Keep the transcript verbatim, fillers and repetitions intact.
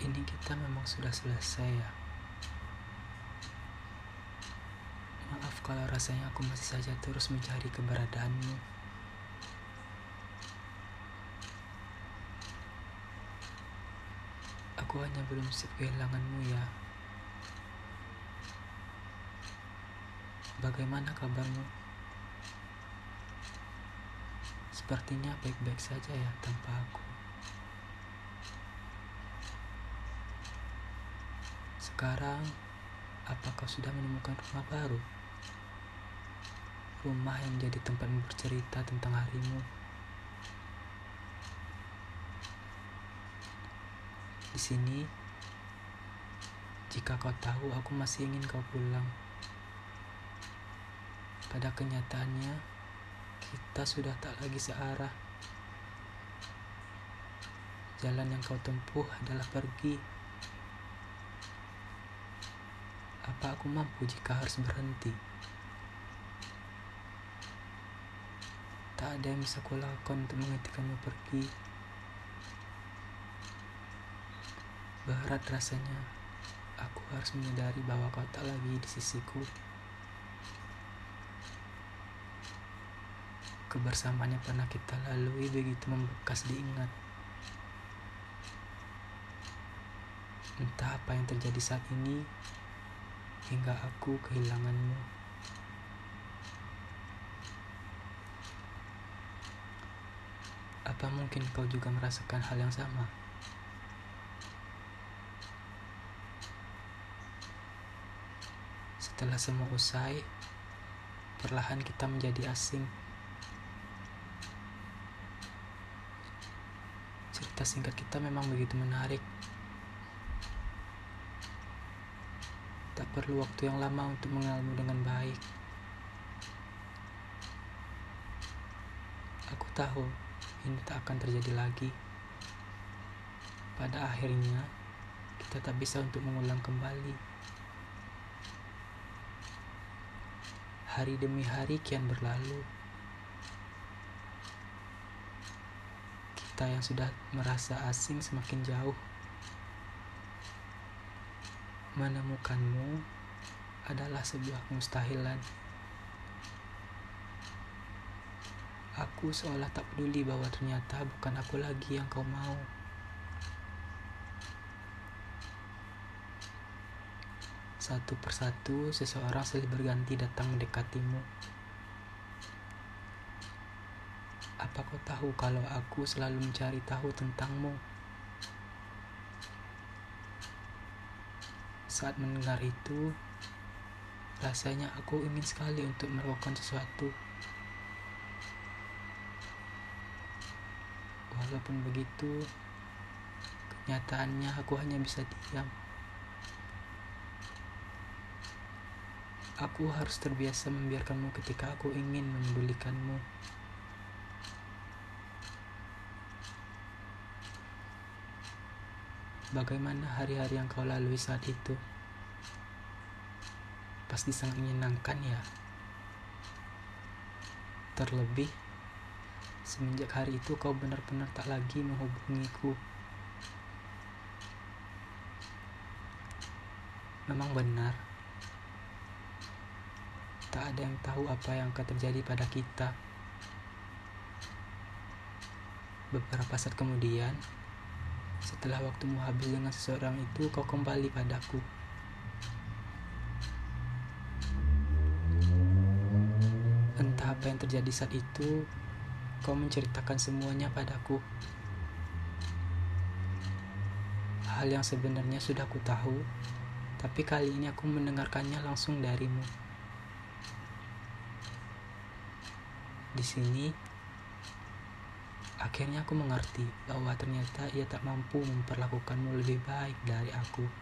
Ini kita memang sudah selesai ya. Maaf kalau rasanya aku masih saja terus mencari keberadaanmu. Aku hanya belum siap kehilanganmu ya. Bagaimana kabarmu? Sepertinya baik-baik saja ya tanpa aku. Sekarang, apa kau sudah menemukan rumah baru? Rumah yang jadi tempatmu bercerita tentang harimu. Di sini, jika kau tahu aku masih ingin kau pulang. Pada kenyataannya, kita sudah tak lagi searah. Jalan yang kau tempuh adalah pergi. Apa aku mampu jika harus berhenti? Tak ada yang bisa kulakukan untuk menghentikanmu pergi. Berat rasanya, aku harus menyadari bahwa kau tak lagi di sisiku. Kebersamaan yang pernah kita lalui begitu membekas diingat. Entah apa yang terjadi saat ini, hingga aku kehilanganmu. Apa mungkin kau juga merasakan hal yang sama? Setelah semua usai, perlahan kita menjadi asing. Cerita singkat kita memang begitu menarik. Tak perlu waktu yang lama untuk mengenalmu dengan baik. Aku tahu ini tak akan terjadi lagi. Pada akhirnya, kita tak bisa untuk mengulang kembali. Hari demi hari kian berlalu. Kita yang sudah merasa asing semakin jauh. Menemukanmu adalah sebuah kemustahilan. Aku seolah tak peduli bahwa ternyata bukan aku lagi yang kau mau. Satu persatu, seseorang silih berganti datang mendekatimu. Apa kau tahu kalau aku selalu mencari tahu tentangmu? Saat mendengar itu, rasanya aku ingin sekali untuk melakukan sesuatu. Walaupun begitu, kenyataannya aku hanya bisa diam. Aku harus terbiasa membiarkanmu ketika aku ingin memedulikanmu. Bagaimana hari-hari yang kau lalui saat itu? Pasti sangat menyenangkan ya. Terlebih, semenjak hari itu kau benar-benar tak lagi menghubungiku. Memang benar, tak ada yang tahu apa yang akan terjadi pada kita. Beberapa saat kemudian, setelah waktumu habis dengan seseorang itu, kau kembali padaku. Entah apa yang terjadi saat itu, kau menceritakan semuanya padaku. Hal yang sebenarnya sudah ku tahu, tapi kali ini aku mendengarkannya langsung darimu. Di sini, akhirnya aku mengerti bahwa ternyata ia tak mampu memperlakukanmu lebih baik dari aku.